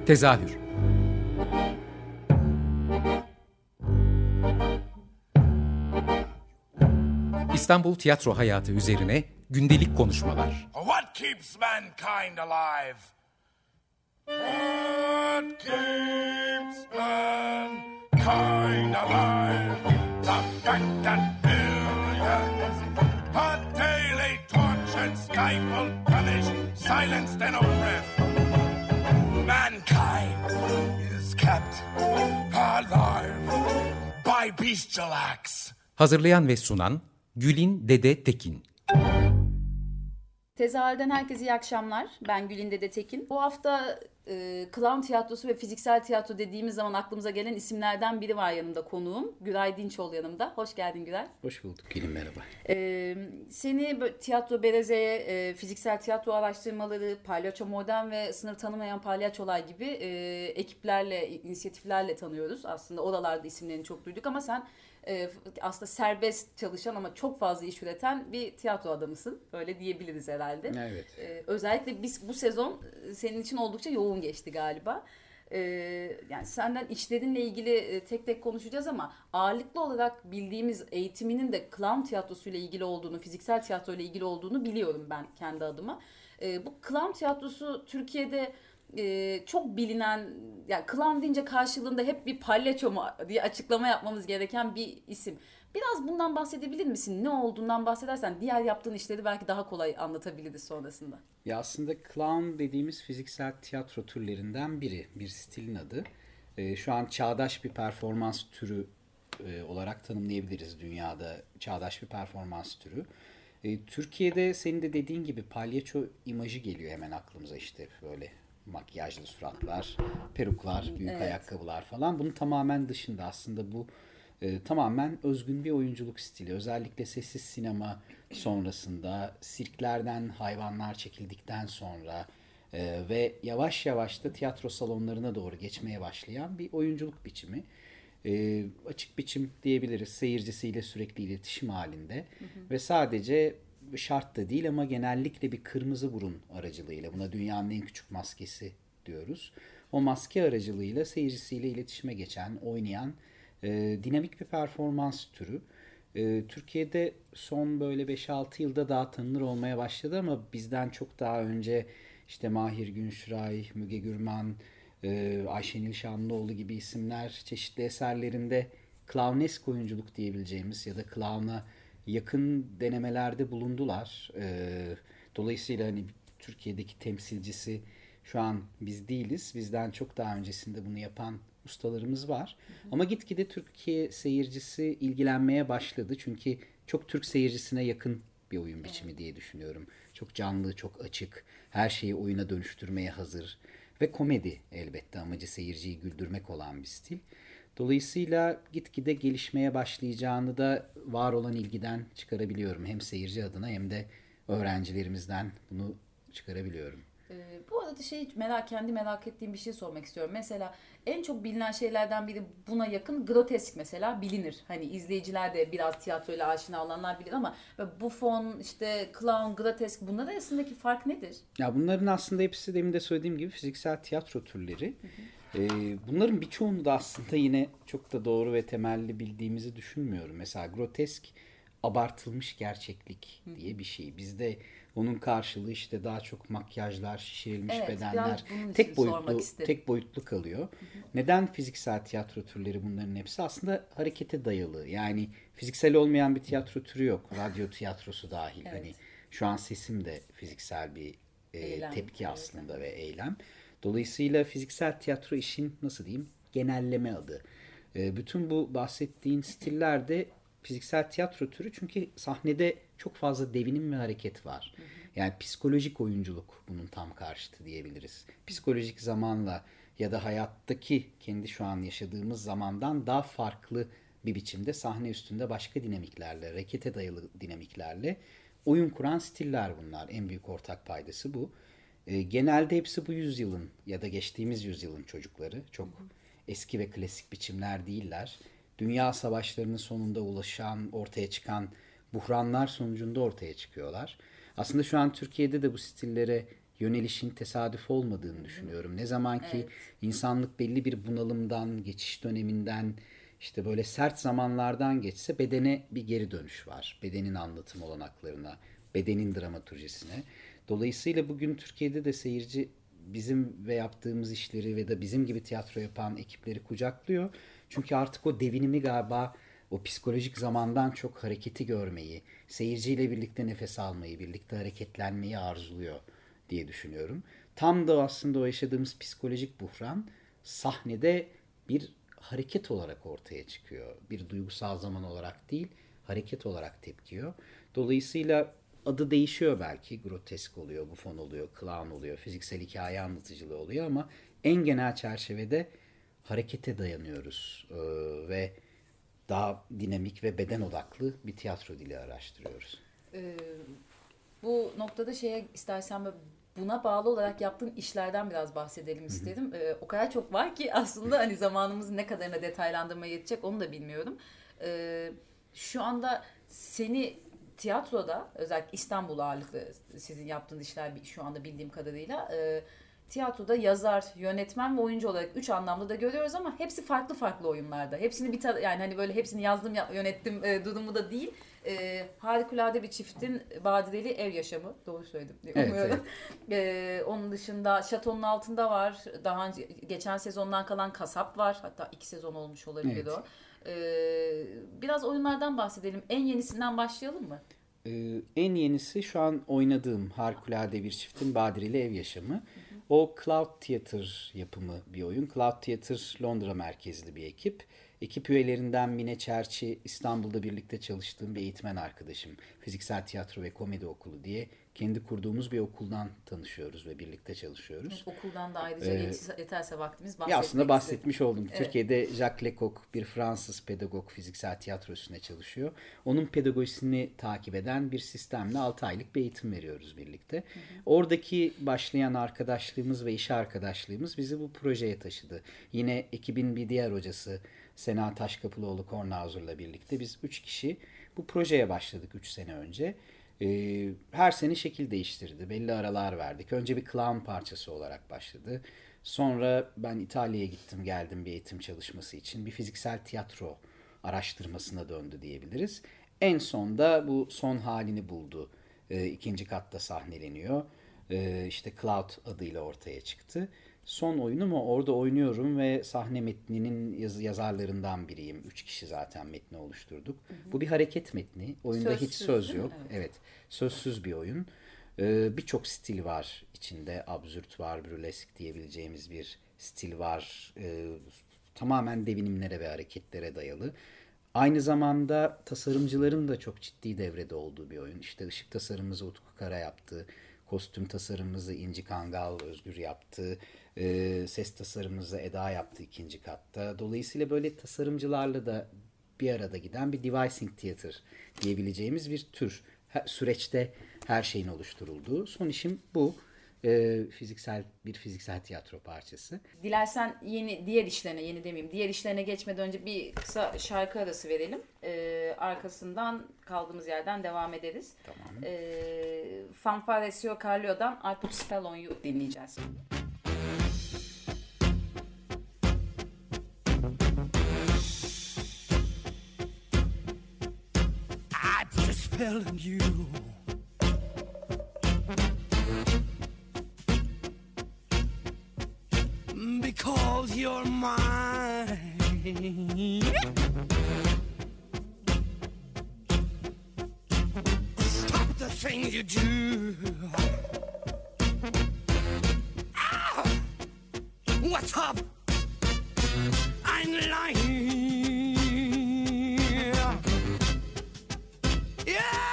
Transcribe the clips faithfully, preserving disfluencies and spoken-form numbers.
Tezahür. İstanbul tiyatro hayatı üzerine gündelik konuşmalar. What keeps mankind alive? What keeps mankind alive? The fact that billions are daily tortured, stifled, punished, silenced and oppressed. Mankind is kept alive by bestial acts. Hazırlayan ve sunan Gülin Dede Tekin. Tezahürden herkese iyi akşamlar. Ben Gülin Dede Tekin. Bu hafta e, clown tiyatrosu ve fiziksel tiyatro dediğimiz zaman aklımıza gelen isimlerden biri var yanımda konuğum. Güray Dinçoğlu yanımda. Hoş geldin Güray. Hoş bulduk Gülin, merhaba. E, seni böyle tiyatro berezeye, e, fiziksel tiyatro araştırmaları, palyaço modern ve sınır tanımayan palyaçolar gibi e, ekiplerle, inisiyatiflerle tanıyoruz. Aslında oralarda isimlerini çok duyduk ama sen e, aslında serbest çalışan ama çok fazla iş üreten bir tiyatro adamısın. Öyle diyebiliriz herhalde. Evet. E, özellikle biz bu sezon senin için oldukça yoğun geçti galiba. Ee, yani senden işlerinle ilgili e, tek tek konuşacağız ama ağırlıklı olarak bildiğimiz eğitiminin de clown tiyatrosuyla ilgili olduğunu, fiziksel tiyatroyla ilgili olduğunu biliyorum ben kendi adıma. Ee, bu clown tiyatrosu Türkiye'de e, çok bilinen, yani clown deyince karşılığında hep bir palyaço mu diye açıklama yapmamız gereken bir isim. Biraz bundan bahsedebilir misin? Ne olduğundan bahsedersen diğer yaptığın işleri belki daha kolay anlatabiliriz sonrasında. Ya aslında clown dediğimiz fiziksel tiyatro türlerinden biri, bir stilin adı. Ee, şu an çağdaş bir performans türü e, olarak tanımlayabiliriz dünyada, çağdaş bir performans türü. Ee, Türkiye'de senin de dediğin gibi palyaço imajı geliyor hemen aklımıza, işte böyle makyajlı suratlar, peruklar, büyük evet. ayakkabılar falan. Bunun tamamen dışında aslında bu e, tamamen özgün bir oyunculuk stili. Özellikle sessiz sinema sonrasında, sirklerden hayvanlar çekildikten sonra e, ve yavaş yavaş da tiyatro salonlarına doğru geçmeye başlayan bir oyunculuk biçimi. E, açık biçim diyebiliriz. Seyircisiyle sürekli iletişim halinde. Hı hı. Ve sadece şart da değil ama genellikle bir kırmızı burun aracılığıyla, buna dünyanın en küçük maskesi diyoruz. O maske aracılığıyla seyircisiyle iletişime geçen, oynayan e, dinamik bir performans türü. E, Türkiye'de son böyle beş altı yılda daha tanınır olmaya başladı ama bizden çok daha önce işte Mahir Günşiray, Müge Gürman, e, Ayşenil Şanlıoğlu gibi isimler çeşitli eserlerinde clownesk oyunculuk diyebileceğimiz ya da clown'a yakın denemelerde bulundular. Ee, dolayısıyla hani Türkiye'deki temsilcisi şu an biz değiliz. Bizden çok daha öncesinde bunu yapan ustalarımız var. Hı hı. Ama gitgide Türkiye seyircisi ilgilenmeye başladı. Çünkü çok Türk seyircisine yakın bir oyun biçimi evet. diye düşünüyorum. Çok canlı, çok açık. Her şeyi oyuna dönüştürmeye hazır. Ve komedi elbette, amacı seyirciyi güldürmek olan bir stil. Dolayısıyla gitgide gelişmeye başlayacağını da var olan ilgiden çıkarabiliyorum. Hem seyirci adına hem de öğrencilerimizden bunu çıkarabiliyorum. Ee, bu arada şey merak kendi merak ettiğim bir şey sormak istiyorum. Mesela en çok bilinen şeylerden biri buna yakın grotesk mesela bilinir. Hani izleyiciler de biraz tiyatroyla aşina olanlar bilir ama buffon, işte clown, grotesk, bunlar arasındaki fark nedir? Ya bunların aslında hepsi demin de söylediğim gibi fiziksel tiyatro türleri. Hı hı. Bunların birçoğunu da aslında yine çok da doğru ve temelli bildiğimizi düşünmüyorum. Mesela grotesk abartılmış gerçeklik diye bir şey. Bizde onun karşılığı işte daha çok makyajlar, şişirilmiş evet, bedenler, tek boyutlu tek boyutlu kalıyor. Hı hı. Neden fiziksel tiyatro türleri bunların hepsi? Aslında harekete dayalı. Yani fiziksel olmayan bir tiyatro türü yok. Radyo tiyatrosu dahil. Evet. Hani şu an sesim de fiziksel bir e, eylem, tepki aslında eylem. Ve eylem. Dolayısıyla fiziksel tiyatro işin nasıl diyeyim genelleme adı. E, bütün bu bahsettiğin stiller de fiziksel tiyatro türü çünkü sahnede çok fazla devinim ve hareket var. Hı hı. Yani psikolojik oyunculuk bunun tam karşıtı diyebiliriz. Psikolojik zamanla ya da hayattaki kendi şu an yaşadığımız zamandan daha farklı bir biçimde sahne üstünde başka dinamiklerle, harekete dayalı dinamiklerle oyun kuran stiller bunlar. En büyük ortak paydası bu. E, genelde hepsi bu yüzyılın ya da geçtiğimiz yüzyılın çocukları. Çok hı hı. eski ve klasik biçimler değiller. Dünya savaşlarının sonunda ulaşan, ortaya çıkan buhranlar sonucunda ortaya çıkıyorlar. Aslında şu an Türkiye'de de bu stillere yönelişin tesadüf olmadığını düşünüyorum. Ne zaman ki evet. insanlık belli bir bunalımdan, geçiş döneminden, işte böyle sert zamanlardan geçse bedene bir geri dönüş var. Bedenin anlatım olanaklarına, bedenin dramaturjisine. Dolayısıyla bugün Türkiye'de de seyirci bizim ve yaptığımız işleri ve de bizim gibi tiyatro yapan ekipleri kucaklıyor. Çünkü artık o devinimi galiba o psikolojik zamandan çok hareketi görmeyi, seyirciyle birlikte nefes almayı, birlikte hareketlenmeyi arzuluyor diye düşünüyorum. Tam da aslında o yaşadığımız psikolojik buhran sahnede bir hareket olarak ortaya çıkıyor. Bir duygusal zaman olarak değil, hareket olarak tepkiyor. Dolayısıyla adı değişiyor belki. Grotesk oluyor, bufon oluyor, clown oluyor, fiziksel hikaye anlatıcılığı oluyor ama en genel çerçevede harekete dayanıyoruz ee, ve daha dinamik ve beden odaklı bir tiyatro dili araştırıyoruz. Ee, bu noktada şeye istersen buna bağlı olarak yaptığın işlerden biraz bahsedelim istedim. Ee, o kadar çok var ki aslında hani zamanımızı ne kadarına detaylandırmaya yetecek onu da bilmiyorum. Ee, şu anda seni tiyatroda, özellikle İstanbul ağırlıklı sizin yaptığınız işler şu anda bildiğim kadarıyla e, tiyatroda yazar, yönetmen ve oyuncu olarak üç anlamda da görüyoruz ama hepsi farklı farklı oyunlarda. Hepsini bir ta- yani hani böyle hepsini yazdım yönettim e, durumu da değil. E, harikulade bir çiftin badireli ev yaşamı. Doğru söyledim diye evet, umuyorum. Evet. E, onun dışında Şatonun Altında var. Daha önce geçen sezondan kalan Kasap var. Hatta iki sezon olmuş olabilir evet. o. Ee, biraz oyunlardan bahsedelim. En yenisinden başlayalım mı? Ee, en yenisi şu an oynadığım Harikulade Bir Çiftin Badireli Ev Yaşamı. Hı hı. O Cloud Theatre yapımı bir oyun. Cloud Theatre Londra merkezli bir ekip. Ekip üyelerinden Mine Çerçi, İstanbul'da birlikte çalıştığım bir eğitmen arkadaşım. Fiziksel Tiyatro ve Komedi Okulu diye kendi kurduğumuz bir okuldan tanışıyoruz ve birlikte çalışıyoruz. Evet, okuldan da ayrıca ee, yeterse vaktimiz bahsetmek ya aslında bahsetmiş istedim. oldum. Evet. Türkiye'de Jacques Lecoq bir Fransız pedagog fiziksel tiyatro üstüne çalışıyor. Onun pedagojisini takip eden bir sistemle altı aylık bir eğitim veriyoruz birlikte. Hı hı. Oradaki başlayan arkadaşlığımız ve iş arkadaşlığımız bizi bu projeye taşıdı. Yine ekibin bir diğer hocası Sena Taşkapıloğlu Kornazur'la birlikte biz üç kişi bu projeye başladık üç sene önce. Ee, her sene şekil değiştirdi. Belli aralar verdik. Önce bir clown parçası olarak başladı. Sonra ben İtalya'ya gittim geldim bir eğitim çalışması için. Bir fiziksel tiyatro araştırmasına döndü diyebiliriz. En son da bu son halini buldu. Ee, ikinci katta sahneleniyor. Ee, işte Cloud adıyla ortaya çıktı. Son oyunumu orada oynuyorum ve sahne metninin yaz- yazarlarından biriyim. Üç kişi zaten metni oluşturduk. Hı hı. Bu bir hareket metni. Oyunda sözsüz, hiç söz yok. Evet. evet. Sözsüz bir oyun. Ee, birçok stil var içinde. Absürt var, burlesk diyebileceğimiz bir stil var. Ee, tamamen devinimlere ve hareketlere dayalı. Aynı zamanda tasarımcıların da çok ciddi devrede olduğu bir oyun. İşte ışık tasarımımızı Utku Kara yaptı. Kostüm tasarımımızı İnci Kangal Özgür yaptı. E, ses tasarımımızı Eda yaptı ikinci katta. Dolayısıyla böyle tasarımcılarla da bir arada giden bir devising theater diyebileceğimiz bir tür. Her, süreçte her şeyin oluşturulduğu. Son işim bu. E, fiziksel bir fiziksel tiyatro parçası. Dilersen yeni diğer işlerine, yeni demeyeyim, diğer işlerine geçmeden önce bir kısa şarkı arası verelim. Ee, arkasından kaldığımız yerden devam ederiz. Tamam. Ee, Fanfaresio Carlio'dan I Put Spell on You dinleyeceğiz. I put a spell on you. Because you're mine. Stop the things you do. Ah! What's up? I'm lying. Yeah!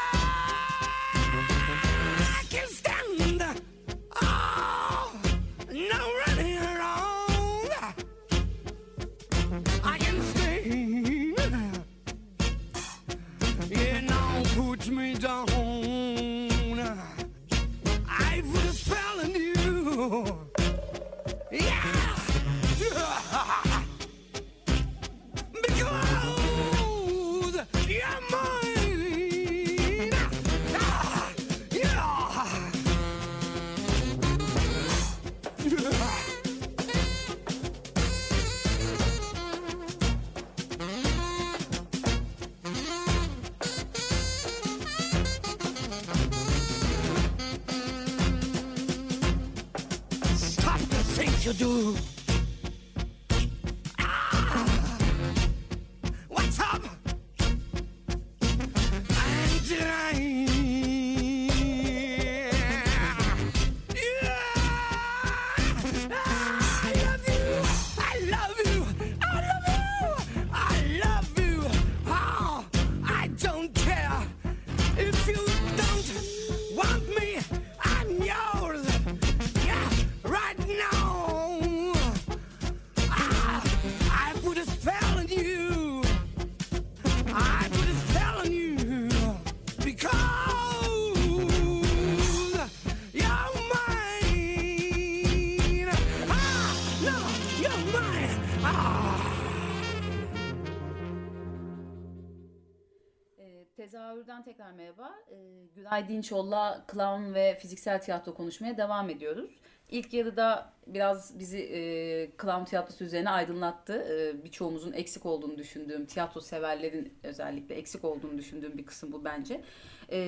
I can't stand. Oh! No running around. I can stay. Yeah, now put me down. I put a spell on you. Yeah. you do? Ah, what's up? Angeline. Tezahürden tekrar merhaba. Ee, Güray Dinçol'la clown ve fiziksel tiyatro konuşmaya devam ediyoruz. İlk yarıda biraz bizi e, clown tiyatrosu üzerine aydınlattı. E, birçoğumuzun eksik olduğunu düşündüğüm, tiyatro severlerin özellikle eksik olduğunu düşündüğüm bir kısım bu bence. E,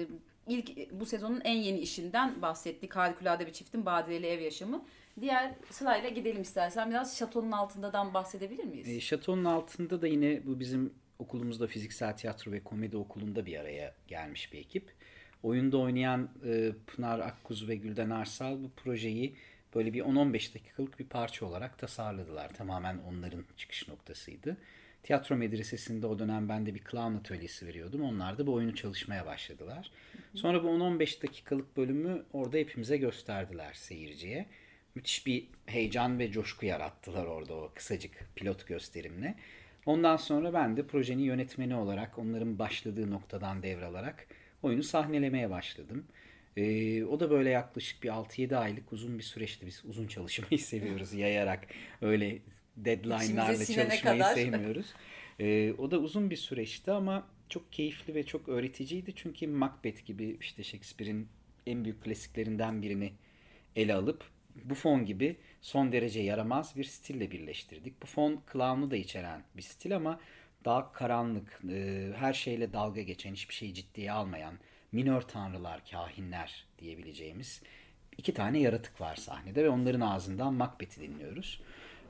ilk bu sezonun en yeni işinden bahsettik. Harikulade bir çiftin badireli ev yaşamı. Diğer sırayla gidelim istersen. Biraz Şatonun Altında'dan bahsedebilir miyiz? E, Şatonun Altında da yine bu bizim okulumuzda fiziksel tiyatro ve komedi okulunda bir araya gelmiş bir ekip. Oyunda oynayan e, Pınar Akkuz ve Gülden Arsal bu projeyi böyle bir on on beş dakikalık bir parça olarak tasarladılar. Tamamen onların çıkış noktasıydı. Tiyatro medresesinde o dönem ben de bir clown atölyesi veriyordum. Onlar da bu oyunu çalışmaya başladılar. Sonra bu on on beş dakikalık bölümü orada hepimize gösterdiler seyirciye. Müthiş bir heyecan ve coşku yarattılar orada o kısacık pilot gösterimle. Ondan sonra ben de projenin yönetmeni olarak onların başladığı noktadan devralarak oyunu sahnelemeye başladım. Ee, o da böyle yaklaşık bir altı yedi aylık uzun bir süreçti. Biz uzun çalışmayı seviyoruz, yayarak öyle deadline'larla çalışmayı kadar sevmiyoruz. Ee, o da uzun bir süreçti ama çok keyifli ve çok öğreticiydi. Çünkü Macbeth gibi işte Shakespeare'in en büyük klasiklerinden birini ele alıp Buffon gibi son derece yaramaz bir stille birleştirdik. Buffon clown'u da içeren bir stil ama daha karanlık, her şeyle dalga geçen, hiçbir şeyi ciddiye almayan, minör tanrılar, kahinler diyebileceğimiz iki tane yaratık var sahnede ve onların ağzından Macbeth'i dinliyoruz.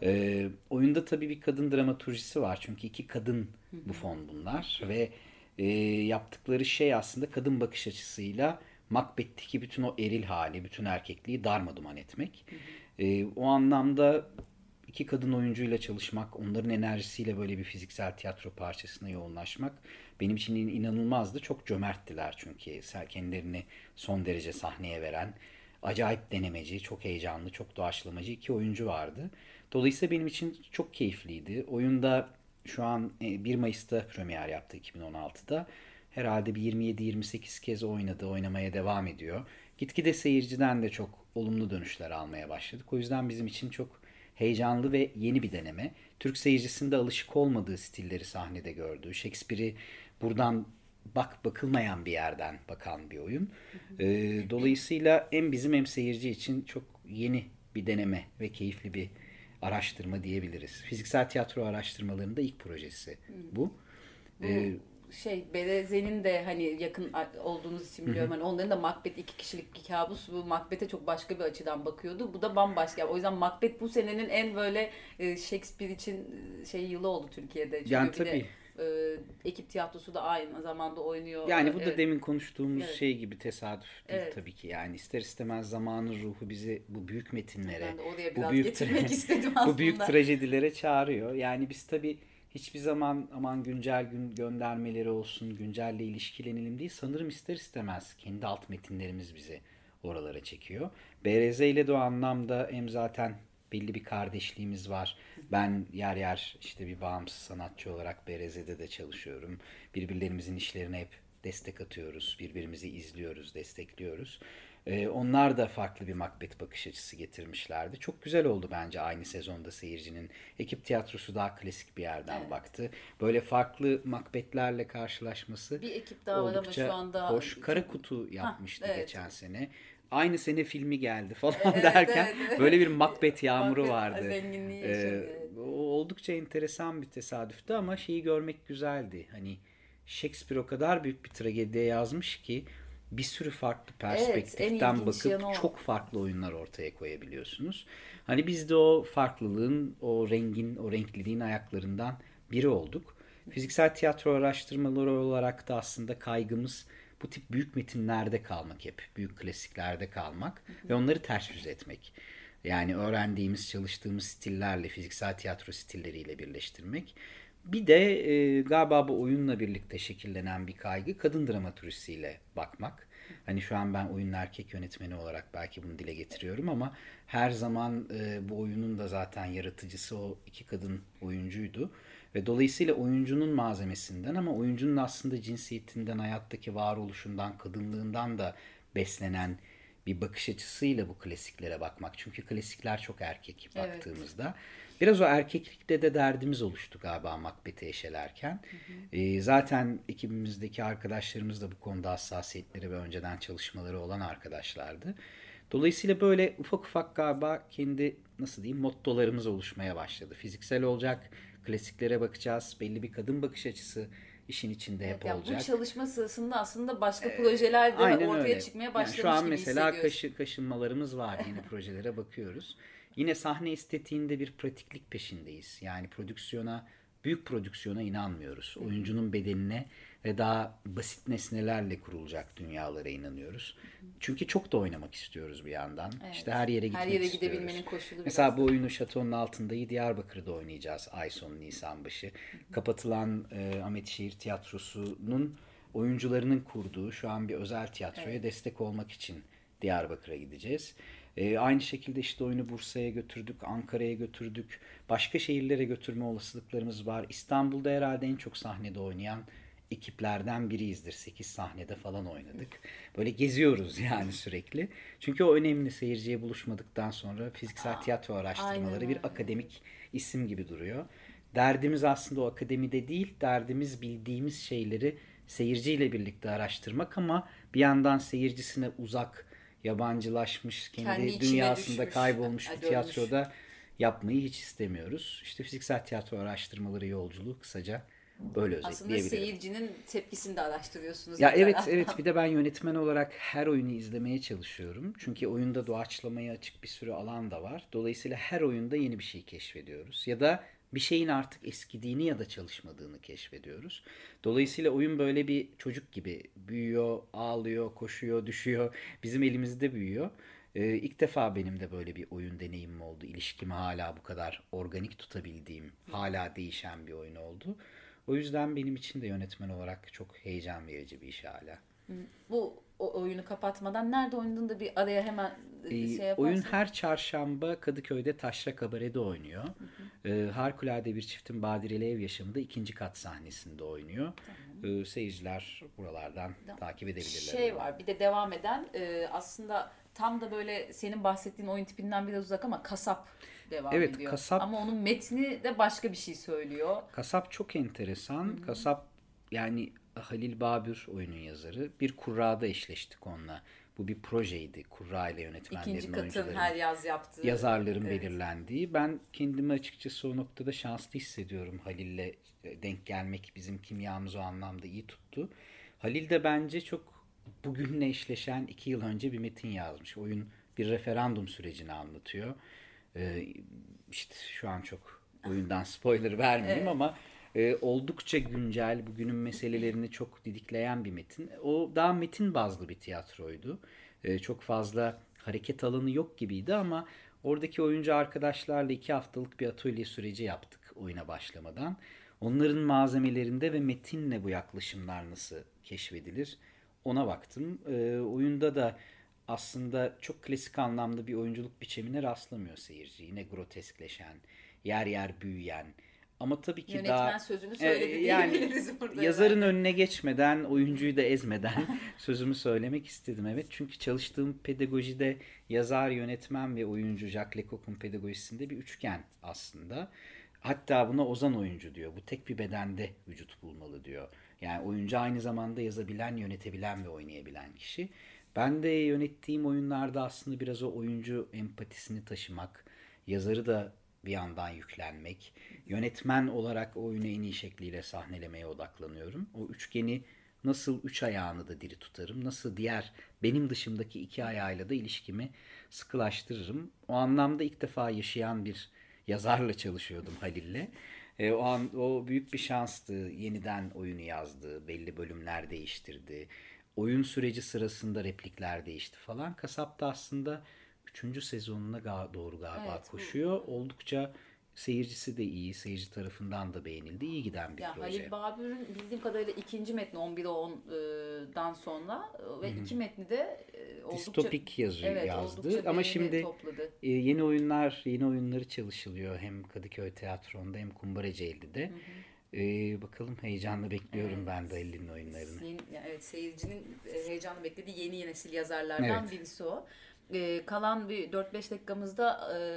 E, oyunda tabii bir kadın dramaturjisi var çünkü iki kadın Buffon bunlar ve e, yaptıkları şey aslında kadın bakış açısıyla Macbeth'teki bütün o eril hali, bütün erkekliği darmaduman etmek. Hı hı. E, o anlamda iki kadın oyuncuyla çalışmak, onların enerjisiyle böyle bir fiziksel tiyatro parçasına yoğunlaşmak benim için inanılmazdı. Çok cömerttiler çünkü kendilerini son derece sahneye veren, acayip denemeci, çok heyecanlı, çok doğaçlamacı iki oyuncu vardı. Dolayısıyla benim için çok keyifliydi. Oyunda şu an bir Mayıs'ta premier yaptı iki bin on altıda. Herhalde bir yirmi yedi yirmi sekiz kez oynadı, oynamaya devam ediyor. Gitgide seyirciden de çok olumlu dönüşler almaya başladık. O yüzden bizim için çok heyecanlı ve yeni bir deneme. Türk seyircisinde alışık olmadığı stilleri sahnede gördüğü, Shakespeare'i buradan bak bakılmayan bir yerden bakan bir oyun. Ee, dolayısıyla hem bizim hem seyirci için çok yeni bir deneme ve keyifli bir araştırma diyebiliriz. Fiziksel tiyatro araştırmalarının da ilk projesi bu. bu... Ee, şey Bereze'nin de hani yakın olduğunuz için biliyorum. Hani onların da Macbeth iki kişilik bir kabus. Bu Macbeth'e çok başka bir açıdan bakıyordu. Bu da bambaşka. O yüzden Macbeth bu senenin en böyle Shakespeare için şey yılı oldu Türkiye'de. Çünkü yani tabii. De, e, ekip tiyatrosu da aynı zamanda oynuyor. Yani bu da evet. demin konuştuğumuz evet. şey gibi tesadüf değil evet. tabii ki. Yani ister istemez zamanın ruhu bizi bu büyük metinlere, ben de oraya biraz bu büyük getirmek istedim aslında. Bu büyük trajedilere çağırıyor. Yani biz tabii hiçbir zaman aman güncel gün göndermeleri olsun, güncelle ilişkilenelim değil. Sanırım ister istemez kendi alt metinlerimiz bizi oralara çekiyor. B R Z ile de o anlamda hem zaten belli bir kardeşliğimiz var. Ben yer yer işte bir bağımsız sanatçı olarak B R Z'de de çalışıyorum. Birbirlerimizin işlerine hep destek atıyoruz. Birbirimizi izliyoruz, destekliyoruz. Ee, onlar da farklı bir Macbeth bakış açısı getirmişlerdi. Çok güzel oldu bence aynı sezonda seyircinin. Ekip tiyatrosu daha klasik bir yerden evet. baktı. Böyle farklı Macbeth'lerle karşılaşması bir ekip daha var ama şu anda hoş. Kara Kutu yapmıştı ha, evet. geçen sene. Aynı sene filmi geldi falan evet, derken evet, evet. böyle bir Macbeth yağmuru Macbeth vardı. Zenginliği ee, yaşadı. Oldukça enteresan bir tesadüftü ama şeyi görmek güzeldi. Hani Shakespeare o kadar büyük bir tragediye yazmış ki bir sürü farklı Evet, en perspektiften ilginç bakıp yanı o. çok farklı oyunlar ortaya koyabiliyorsunuz. Hani biz de o farklılığın, o rengin, o renkliliğin ayaklarından biri olduk. Fiziksel tiyatro araştırmaları olarak da aslında kaygımız bu tip büyük metinlerde kalmak hep. Büyük klasiklerde kalmak ve onları ters yüz etmek. Yani öğrendiğimiz, çalıştığımız stillerle, fiziksel tiyatro stilleriyle birleştirmek. Bir de e, galiba bu oyunla birlikte şekillenen bir kaygı kadın dramaturjisiyle bakmak. Hani şu an ben oyunun erkek yönetmeni olarak belki bunu dile getiriyorum ama her zaman e, bu oyunun da zaten yaratıcısı o iki kadın oyuncuydu. Ve dolayısıyla oyuncunun malzemesinden ama oyuncunun aslında cinsiyetinden, hayattaki varoluşundan, kadınlığından da beslenen bir bakış açısıyla bu klasiklere bakmak. Çünkü klasikler çok erkek Evet. baktığımızda. Biraz o erkeklikte de derdimiz oluştu galiba Macbeth'i eşelerken. Ee, zaten ekibimizdeki arkadaşlarımız da bu konuda hassasiyetleri ve önceden çalışmaları olan arkadaşlardı. Dolayısıyla böyle ufak ufak galiba kendi nasıl diyeyim mottolarımız oluşmaya başladı. Fiziksel olacak, klasiklere bakacağız, belli bir kadın bakış açısı işin içinde hep Evet, yani olacak. bu çalışma sırasında aslında başka projeler de Aynen ortaya öyle. çıkmaya Yani başlamış şu an gibi mesela hissediyoruz. kaşı, kaşınmalarımız var. Yeni projelere bakıyoruz. Yine sahne estetiğinde bir pratiklik peşindeyiz. Yani prodüksiyona, büyük prodüksiyona inanmıyoruz. Oyuncunun bedenine ve daha basit nesnelerle kurulacak dünyalara inanıyoruz. Çünkü çok da oynamak istiyoruz bir yandan. Evet. İşte her yere gitmek Her yere istiyoruz. gidebilmenin koşulu Mesela biraz bu oyunu Şatonun Altında'yı Diyarbakır'da oynayacağız ay sonu Nisan başı. Kapatılan e, Ahmetşehir Tiyatrosu'nun oyuncularının kurduğu şu an bir özel tiyatroya Evet. destek olmak için Diyarbakır'a gideceğiz. E, aynı şekilde işte oyunu Bursa'ya götürdük, Ankara'ya götürdük. Başka şehirlere götürme olasılıklarımız var. İstanbul'da herhalde en çok sahnede oynayan ekiplerden biriyizdir. sekiz sahnede falan oynadık. Böyle geziyoruz yani sürekli. Çünkü o önemli, seyirciye buluşmadıktan sonra fiziksel tiyatro araştırmaları aynen bir öyle. akademik isim gibi duruyor. Derdimiz aslında o akademide değil, derdimiz bildiğimiz şeyleri seyirciyle birlikte araştırmak ama bir yandan seyircisine uzak, yabancılaşmış, kendi, Kendi içine dünyasında düşmüş, kaybolmuş ha, bir dönmüş. tiyatroda yapmayı hiç istemiyoruz. İşte fiziksel tiyatro araştırmaları yolculuğu kısaca böyle Aslında özetleyebilirim. seyircinin tepkisini de araştırıyorsunuz. Ya bir evet taraftan. evet bir de ben yönetmen olarak her oyunu izlemeye çalışıyorum. Çünkü oyunda doğaçlamaya açık bir sürü alan da var. Dolayısıyla her oyunda yeni bir şey keşfediyoruz. Ya da bir şeyin artık eskidiğini ya da çalışmadığını keşfediyoruz. Dolayısıyla oyun böyle bir çocuk gibi büyüyor, ağlıyor, koşuyor, düşüyor. Bizim elimizde büyüyor. Ee, ilk defa benim de böyle bir oyun deneyimim oldu. İlişkimi hala bu kadar organik tutabildiğim, hala değişen bir oyun oldu. O yüzden benim için de yönetmen olarak çok heyecan verici bir iş hala. Bu o oyunu kapatmadan nerede oynadığını da bir araya hemen Ee, şey yaparsan. oyun her çarşamba Kadıköy'de Taşra Kabare'de oynuyor. Ee, harikulade bir çiftin Badireli Ev Yaşamı'nda ikinci kat sahnesinde oynuyor. Ee, seyirciler buralardan Tamam. takip edebilirler. Şey var bir de devam eden e, aslında tam da böyle senin bahsettiğin oyun tipinden biraz uzak ama kasap devam Evet, ediyor. Kasap- Ama onun metni de başka bir şey söylüyor. Kasap çok enteresan. Kasap yani Halil Babür oyunun yazarı. Bir kurrada eşleştik onunla. Bu bir projeydi. Kurra ile yönetmenlerin, İkinci katın oyuncuların, her yaz yaptığı. yazarların Evet. belirlendiği. Ben kendimi açıkçası o noktada şanslı hissediyorum. Halil'le denk gelmek bizim kimyamızı o anlamda iyi tuttu. Halil de bence çok bugünle eşleşen iki yıl önce bir metin yazmış. Oyun bir referandum sürecini anlatıyor. Ee, işte şu an çok oyundan spoiler vermeyeyim Evet. ama e, oldukça güncel, bugünün meselelerini çok didikleyen bir metin. O daha metin bazlı bir tiyatroydu. E, çok fazla hareket alanı yok gibiydi ama oradaki oyuncu arkadaşlarla iki haftalık bir atölye süreci yaptık oyuna başlamadan. Onların malzemelerinde ve metinle bu yaklaşımlar nasıl keşfedilir ona baktım. E, oyunda da aslında çok klasik anlamda bir oyunculuk biçimine rastlamıyor seyirci. Yine groteskleşen, yer yer büyüyen. Ama tabii ki Yönetmen daha sözünü söyledi e, yani diyebiliriz burada yazarın herhalde. önüne geçmeden, oyuncuyu da ezmeden sözümü söylemek istedim. Evet, çünkü çalıştığım pedagojide yazar, yönetmen ve oyuncu Jacques Lecoq'un pedagojisinde bir üçgen aslında. Hatta buna ozan oyuncu diyor. Bu tek bir bedende vücut bulmalı diyor. Yani oyuncu aynı zamanda yazabilen, yönetebilen ve oynayabilen kişi. Ben de yönettiğim oyunlarda aslında biraz o oyuncu empatisini taşımak, yazarı da bir yandan yüklenmek, yönetmen olarak o oyunu en iyi şekliyle sahnelemeye odaklanıyorum. O üçgeni nasıl üç ayağını da diri tutarım, nasıl diğer benim dışımdaki iki ayağıyla da ilişkimi sıkılaştırırım. O anlamda ilk defa yaşayan bir yazarla çalışıyordum, Halil'le. E, o an o büyük bir şanstı. Yeniden oyunu yazdı, belli bölümler değiştirdi. Oyun süreci sırasında replikler değişti falan. Kasap da aslında üçüncü sezonuna ga- doğru galiba Evet, bu- koşuyor. Oldukça seyircisi de iyi, seyirci tarafından da beğenildi. İyi giden bir Ya proje. Halil Babür'ün bildiğim kadarıyla ikinci metni on bire ondan sonra e, ve iki metni de e, oldukça Distopik yazıyor, evet, yazdı oldukça ama beğeni şimdi topladı. e, yeni oyunlar, yeni oyunları çalışılıyor hem Kadıköy Tiyatro'nda hem Kumbaracıelli'de. E, bakalım, heyecanla bekliyorum ben de Halil'in oyunlarını. Yeni- yani evet, seyircinin e, heyecanla beklediği yeni nesil yazarlardan Evet. birisi o. E, kalan bir dört beş dakikamızda e,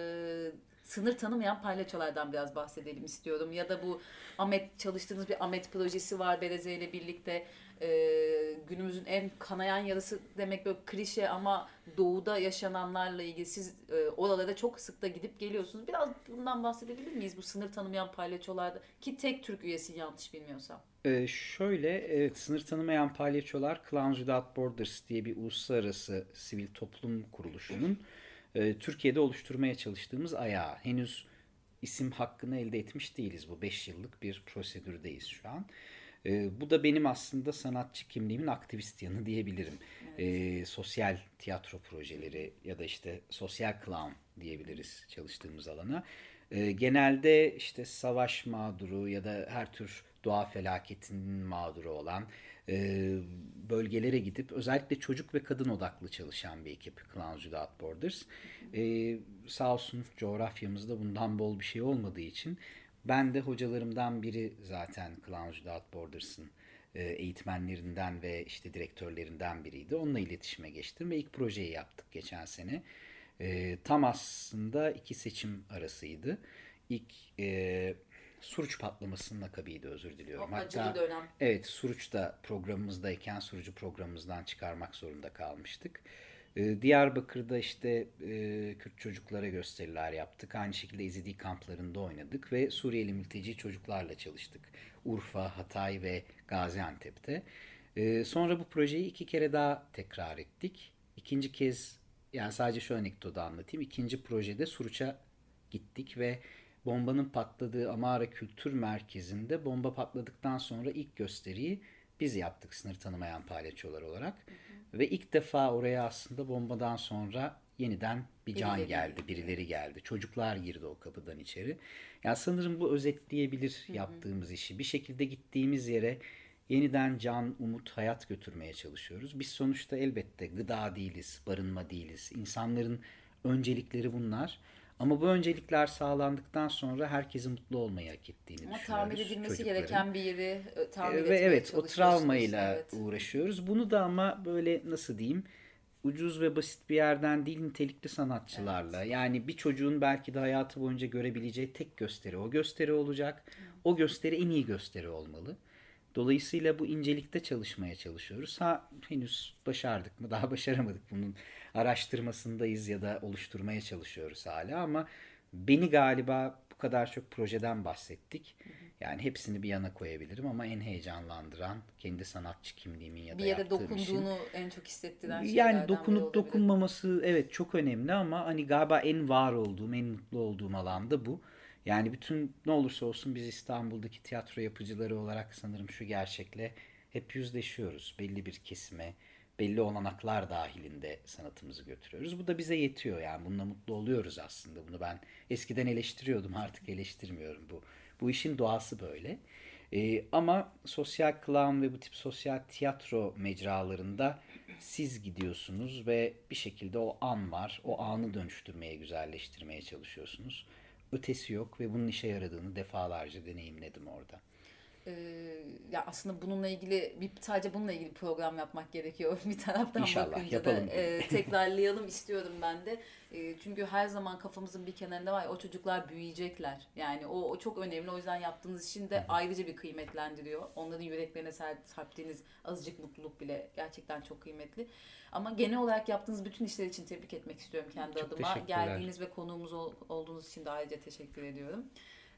sınır tanımayan palyaçolardan biraz bahsedelim istiyorum. Ya da bu Ahmet, çalıştığınız bir Ahmet projesi var Bereze ile birlikte. E, günümüzün en kanayan yarası demek böyle klişe ama doğuda yaşananlarla ilgili siz e, oralara çok sık da gidip geliyorsunuz. Biraz bundan bahsedebilir miyiz bu sınır tanımayan palyaçolarda ki tek Türk üyesi yanlış bilmiyorsam. Ee, şöyle, evet, sınır tanımayan palyaçolar Clowns Without Borders diye bir uluslararası sivil toplum kuruluşunun e, Türkiye'de oluşturmaya çalıştığımız ayağı. Henüz isim hakkını elde etmiş değiliz. Bu beş yıllık bir prosedürdeyiz şu an. E, bu da benim aslında sanatçı kimliğimin aktivist yanı diyebilirim. E, sosyal tiyatro projeleri ya da işte sosyal clown diyebiliriz çalıştığımız alana. E, genelde işte savaş mağduru ya da her tür doğa felaketinin mağduru olan e, bölgelere gidip özellikle çocuk ve kadın odaklı çalışan bir ekip Clowns Without Borders. E, sağ olsun coğrafyamızda bundan bol bir şey olmadığı için ben de hocalarımdan biri zaten Clowns Without Borders'ın e, eğitmenlerinden ve işte direktörlerinden biriydi. Onunla iletişime geçtim ve ilk projeyi yaptık geçen sene. E, tam aslında iki seçim arasıydı. İlk e, Suruç patlamasının akabiydi, özür diliyorum. O acılı dönem. Evet, Suruç'ta programımızdayken Suruç'u programımızdan çıkarmak zorunda kalmıştık. Ee, Diyarbakır'da işte e, Kürt çocuklara gösteriler yaptık. Aynı şekilde Ezidi kamplarında oynadık ve Suriyeli mülteci çocuklarla çalıştık. Urfa, Hatay ve Gaziantep'te. Ee, sonra bu projeyi iki kere daha tekrar ettik. İkinci kez, yani sadece şu anekdotu anlatayım. İkinci projede Suruç'a gittik ve bombanın patladığı Amara Kültür Merkezi'nde bomba patladıktan sonra ilk gösteriyi biz yaptık sınır tanımayan palyaçolar olarak. Hı hı. Ve ilk defa oraya aslında bombadan sonra yeniden bir can Birileri geldi, birileri geldi. Çocuklar girdi o kapıdan içeri. Yani sanırım bu özetleyebilir hı hı. yaptığımız işi. Bir şekilde gittiğimiz yere yeniden can, umut, hayat götürmeye çalışıyoruz. Biz sonuçta elbette gıda değiliz, barınma değiliz. İnsanların öncelikleri bunlar. Ama bu öncelikler sağlandıktan sonra herkesin mutlu olmayı hak ettiğini Ama düşünüyoruz. tamir edilmesi çocukların. gereken bir yeri e, tamir Ve etmeye evet, o çalışıyorsunuz. travmayla Evet. uğraşıyoruz. Bunu da ama böyle nasıl diyeyim, ucuz ve basit bir yerden değil, nitelikli sanatçılarla. Yani bir çocuğun belki de hayatı boyunca görebileceği tek gösteri o gösteri olacak. O gösteri en iyi gösteri olmalı. Dolayısıyla bu incelikte çalışmaya çalışıyoruz. Ha, henüz başardık mı? Daha başaramadık. Bunun araştırmasındayız ya da oluşturmaya çalışıyoruz hala ama beni galiba bu kadar çok projeden bahsettik. Yani hepsini bir yana koyabilirim ama en heyecanlandıran kendi sanatçı kimliğimin ya da Bir yere yaptığım dokunduğunu işin. en çok hissettiren şeylerden Yani biri dokunup olabilir. dokunmaması evet çok önemli ama hani galiba en var olduğum, en mutlu olduğum alanda bu. Yani bütün ne olursa olsun biz İstanbul'daki tiyatro yapıcıları olarak sanırım şu gerçekle hep yüzleşiyoruz. Belli bir kesime, belli olanaklar dahilinde sanatımızı götürüyoruz. Bu da bize yetiyor, yani bununla mutlu oluyoruz aslında. Bunu ben eskiden eleştiriyordum, artık eleştirmiyorum. Bu bu işin doğası böyle. Ee, ama sosyal clown ve bu tip sosyal tiyatro mecralarında siz gidiyorsunuz ve bir şekilde o an var. O anı dönüştürmeye, güzelleştirmeye çalışıyorsunuz. Ötesi yok ve bunun işe yaradığını defalarca deneyimledim orada. Ee, ya aslında bununla ilgili bir sadece bununla ilgili program yapmak gerekiyor bir taraftan İnşallah, bakınca yapalım. da e, tekrarlayalım istiyorum ben de. E, çünkü her zaman kafamızın bir kenarında var ya, o çocuklar büyüyecekler. Yani o, o çok önemli. O yüzden yaptığınız işin de ayrıca bir kıymetlendiriyor. Onların yüreklerine serptiğiniz azıcık mutluluk bile gerçekten çok kıymetli. Ama genel olarak yaptığınız bütün işler için tebrik etmek istiyorum kendi Çok adıma. teşekkürler. Geldiğiniz ve konuğumuz ol, olduğunuz için de ayrıca teşekkür ediyorum.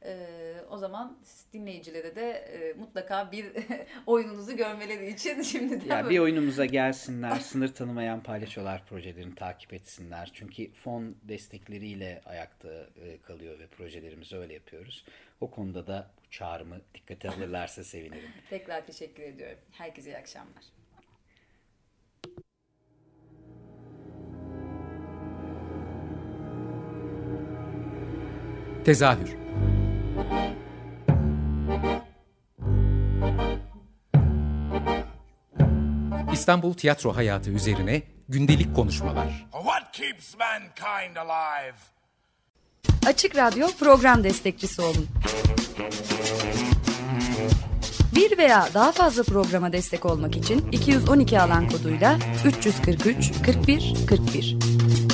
Ee, o zaman dinleyicilere de e, mutlaka bir oyununuzu görmeleri için şimdiden Ya böyle... bir oyunumuza gelsinler, sınır tanımayan palyaçolar projelerini takip etsinler. Çünkü fon destekleriyle ayakta e, kalıyor ve projelerimizi öyle yapıyoruz. O konuda da bu çağrımı dikkate alırlarsa sevinirim. Tekrar teşekkür ediyorum. Herkese iyi akşamlar. Tezahür. İstanbul tiyatro hayatı üzerine gündelik konuşmalar. What keeps mankind alive? Açık Radyo program destekçisi olun. Bir veya daha fazla programa destek olmak için iki yüz on iki alan koduyla üç yüz kırk üç kırk bir kırk bir.